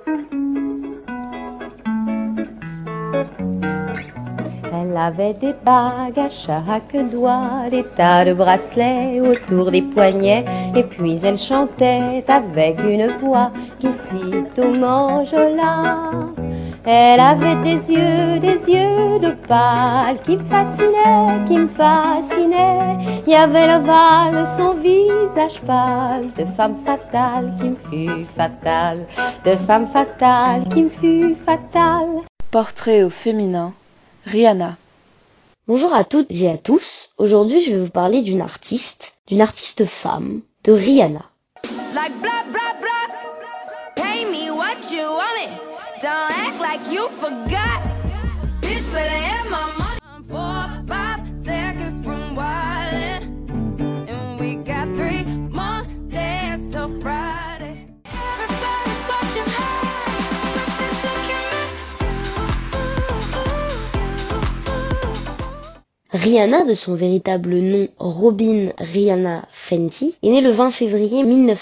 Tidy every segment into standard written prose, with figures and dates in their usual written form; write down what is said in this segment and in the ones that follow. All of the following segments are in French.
Elle avait des bagues à chaque doigt, des tas de bracelets autour des poignets, et puis elle chantait avec une voix qui sitôt m'enjola. Elle avait des yeux d'opale qui me fascinaient. Il y avait l'ovale, son visage pâle, de femme fatale qui me fut fatale, de femme fatale qui me fut fatale. Portrait au féminin, Rihanna. Bonjour à toutes et à tous. Aujourd'hui, je vais vous parler d'une artiste femme, de Rihanna. Like blah blah blah, pay me what you want me. Don't act like you forgot. Bitch better have my money. 4, 5 seconds from wildin', and we got 3 more days till Friday. Everybody's watching her, but she's looking at Rihanna, de son véritable nom Robin Rihanna Fenty, est née le 20 février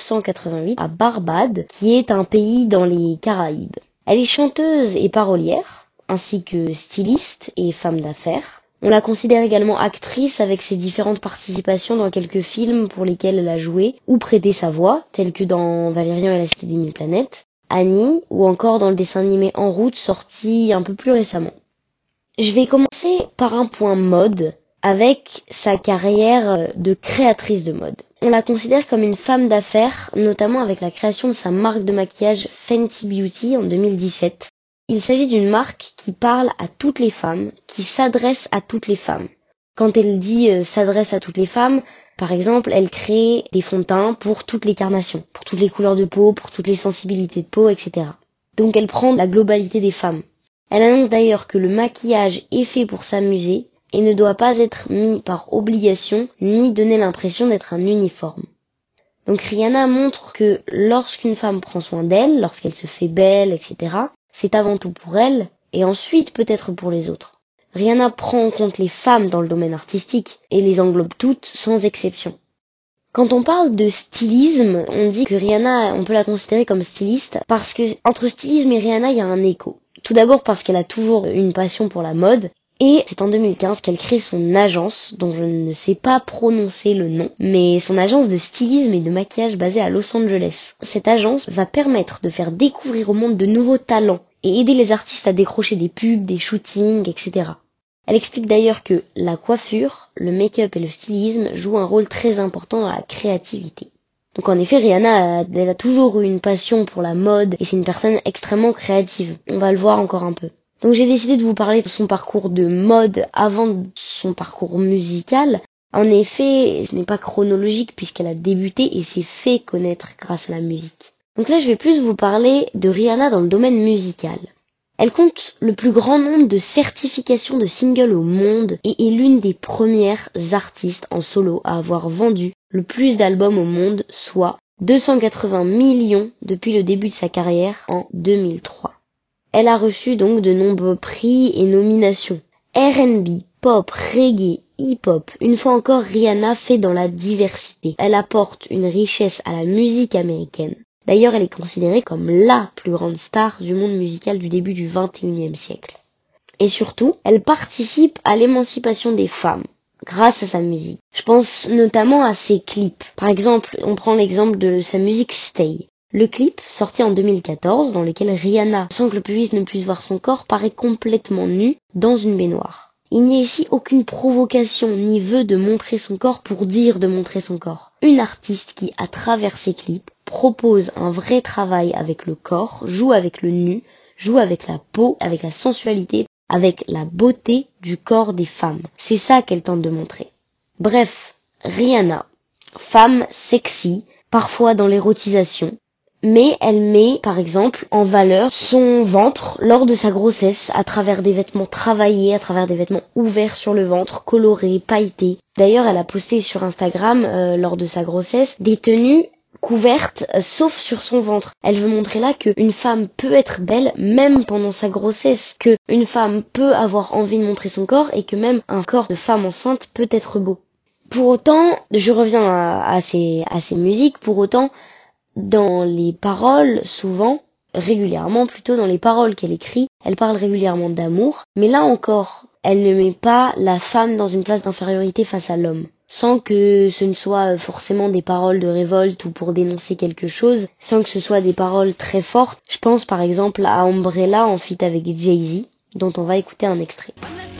1988 à Barbade, qui est un pays dans les Caraïbes. Elle est chanteuse et parolière, ainsi que styliste et femme d'affaires. On la considère également actrice avec ses différentes participations dans quelques films pour lesquels elle a joué ou prêté sa voix, tels que dans Valérian et la Cité des Mille Planètes, Annie ou encore dans le dessin animé En route sorti un peu plus récemment. Je vais commencer par un point mode avec sa carrière de créatrice de mode. On la considère comme une femme d'affaires, notamment avec la création de sa marque de maquillage Fenty Beauty en 2017. Il s'agit d'une marque qui parle à toutes les femmes, qui s'adresse à toutes les femmes. Quand elle dit s'adresse à toutes les femmes, par exemple, elle crée des fonds de teint pour toutes les carnations, pour toutes les couleurs de peau, pour toutes les sensibilités de peau, etc. Donc elle prend la globalité des femmes. Elle annonce d'ailleurs que le maquillage est fait pour s'amuser et ne doit pas être mis par obligation ni donner l'impression d'être un uniforme. Donc Rihanna montre que lorsqu'une femme prend soin d'elle, lorsqu'elle se fait belle, etc., c'est avant tout pour elle et ensuite peut-être pour les autres. Rihanna prend en compte les femmes dans le domaine artistique et les englobe toutes sans exception. Quand on parle de stylisme, on dit que Rihanna, on peut la considérer comme styliste parce que entre stylisme et Rihanna, il y a un écho. Tout d'abord parce qu'elle a toujours une passion pour la mode, et c'est en 2015 qu'elle crée son agence, dont je ne sais pas prononcer le nom, mais son agence de stylisme et de maquillage basée à Los Angeles. Cette agence va permettre de faire découvrir au monde de nouveaux talents et aider les artistes à décrocher des pubs, des shootings, etc. Elle explique d'ailleurs que la coiffure, le make-up et le stylisme jouent un rôle très important dans la créativité. Donc en effet, Rihanna, elle a toujours eu une passion pour la mode et c'est une personne extrêmement créative. On va le voir encore un peu. Donc j'ai décidé de vous parler de son parcours de mode avant son parcours musical. En effet, ce n'est pas chronologique puisqu'elle a débuté et s'est fait connaître grâce à la musique. Donc là, je vais plus vous parler de Rihanna dans le domaine musical. Elle compte le plus grand nombre de certifications de singles au monde et est l'une des premières artistes en solo à avoir vendu le plus d'albums au monde, soit 280 millions depuis le début de sa carrière en 2003. Elle a reçu donc de nombreux prix et nominations. R&B, pop, reggae, hip-hop. Une fois encore, Rihanna fait dans la diversité. Elle apporte une richesse à la musique américaine. D'ailleurs, elle est considérée comme la plus grande star du monde musical du début du XXIe siècle. Et surtout, elle participe à l'émancipation des femmes grâce à sa musique. Je pense notamment à ses clips. Par exemple, on prend l'exemple de sa musique Stay. Le clip, sorti en 2014, dans lequel Rihanna, sans que le public ne puisse voir son corps, paraît complètement nue dans une baignoire. Il n'y a ici aucune provocation ni vœu de montrer son corps pour dire de montrer son corps. Une artiste qui, à travers ses clips, propose un vrai travail avec le corps, joue avec le nu, joue avec la peau, avec la sensualité, avec la beauté du corps des femmes. C'est ça qu'elle tente de montrer. Bref, Rihanna, femme sexy, parfois dans l'érotisation, mais elle met, par exemple, en valeur son ventre lors de sa grossesse à travers des vêtements travaillés, à travers des vêtements ouverts sur le ventre, colorés, pailletés. D'ailleurs, elle a posté sur Instagram, lors de sa grossesse, des tenues couvertes, sauf sur son ventre. Elle veut montrer là qu'une femme peut être belle même pendant sa grossesse, qu'une femme peut avoir envie de montrer son corps et que même un corps de femme enceinte peut être beau. Pour autant, je reviens à ces musiques, pour autant, dans les paroles, souvent, régulièrement, plutôt dans les paroles qu'elle écrit, elle parle régulièrement d'amour, mais là encore, elle ne met pas la femme dans une place d'infériorité face à l'homme. Sans que ce ne soit forcément des paroles de révolte ou pour dénoncer quelque chose, sans que ce soit des paroles très fortes. Je pense par exemple à Umbrella en feat avec Jay-Z, dont on va écouter un extrait.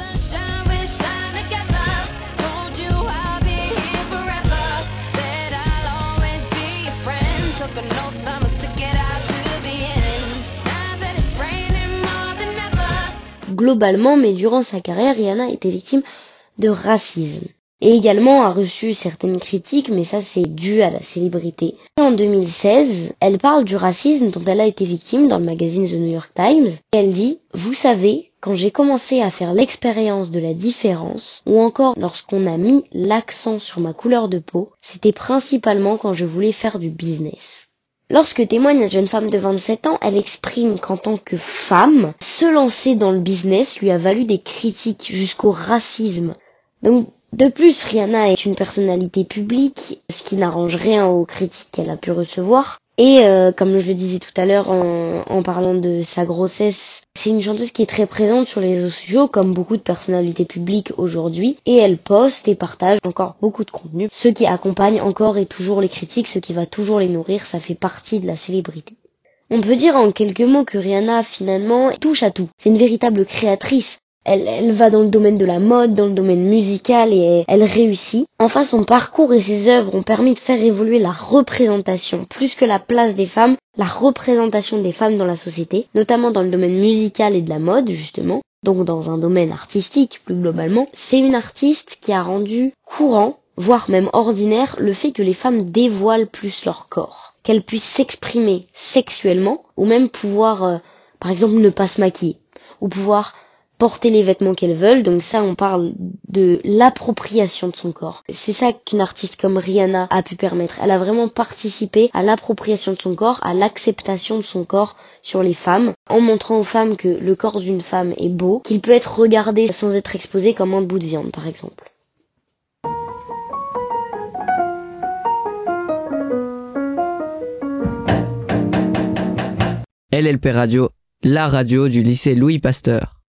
Globalement, mais durant sa carrière, Rihanna était victime de racisme. Et également a reçu certaines critiques, mais ça c'est dû à la célébrité. Et en 2016, elle parle du racisme dont elle a été victime dans le magazine The New York Times. Et elle dit « Vous savez, quand j'ai commencé à faire l'expérience de la différence, ou encore lorsqu'on a mis l'accent sur ma couleur de peau, c'était principalement quand je voulais faire du business. » Lorsque témoigne la jeune femme de 27 ans, elle exprime qu'en tant que femme, se lancer dans le business lui a valu des critiques jusqu'au racisme. Donc, de plus, Rihanna est une personnalité publique, ce qui n'arrange rien aux critiques qu'elle a pu recevoir. Et comme je le disais tout à l'heure en parlant de sa grossesse, c'est une chanteuse qui est très présente sur les réseaux sociaux, comme beaucoup de personnalités publiques aujourd'hui. Et elle poste et partage encore beaucoup de contenu, ce qui accompagne encore et toujours les critiques, ce qui va toujours les nourrir, ça fait partie de la célébrité. On peut dire en quelques mots que Rihanna finalement touche à tout. C'est une véritable créatrice. Elle va dans le domaine de la mode, dans le domaine musical et elle réussit. Enfin, son parcours et ses œuvres ont permis de faire évoluer la représentation, plus que la place des femmes, la représentation des femmes dans la société, notamment dans le domaine musical et de la mode, justement. Donc dans un domaine artistique, plus globalement. C'est une artiste qui a rendu courant, voire même ordinaire, le fait que les femmes dévoilent plus leur corps. Qu'elles puissent s'exprimer sexuellement, ou même pouvoir, par exemple, ne pas se maquiller, ou pouvoir porter les vêtements qu'elles veulent. Donc ça, on parle de l'appropriation de son corps. C'est ça qu'une artiste comme Rihanna a pu permettre. Elle a vraiment participé à l'appropriation de son corps, à l'acceptation de son corps sur les femmes, en montrant aux femmes que le corps d'une femme est beau, qu'il peut être regardé sans être exposé comme un bout de viande, par exemple. LLP Radio, la radio du lycée Louis Pasteur.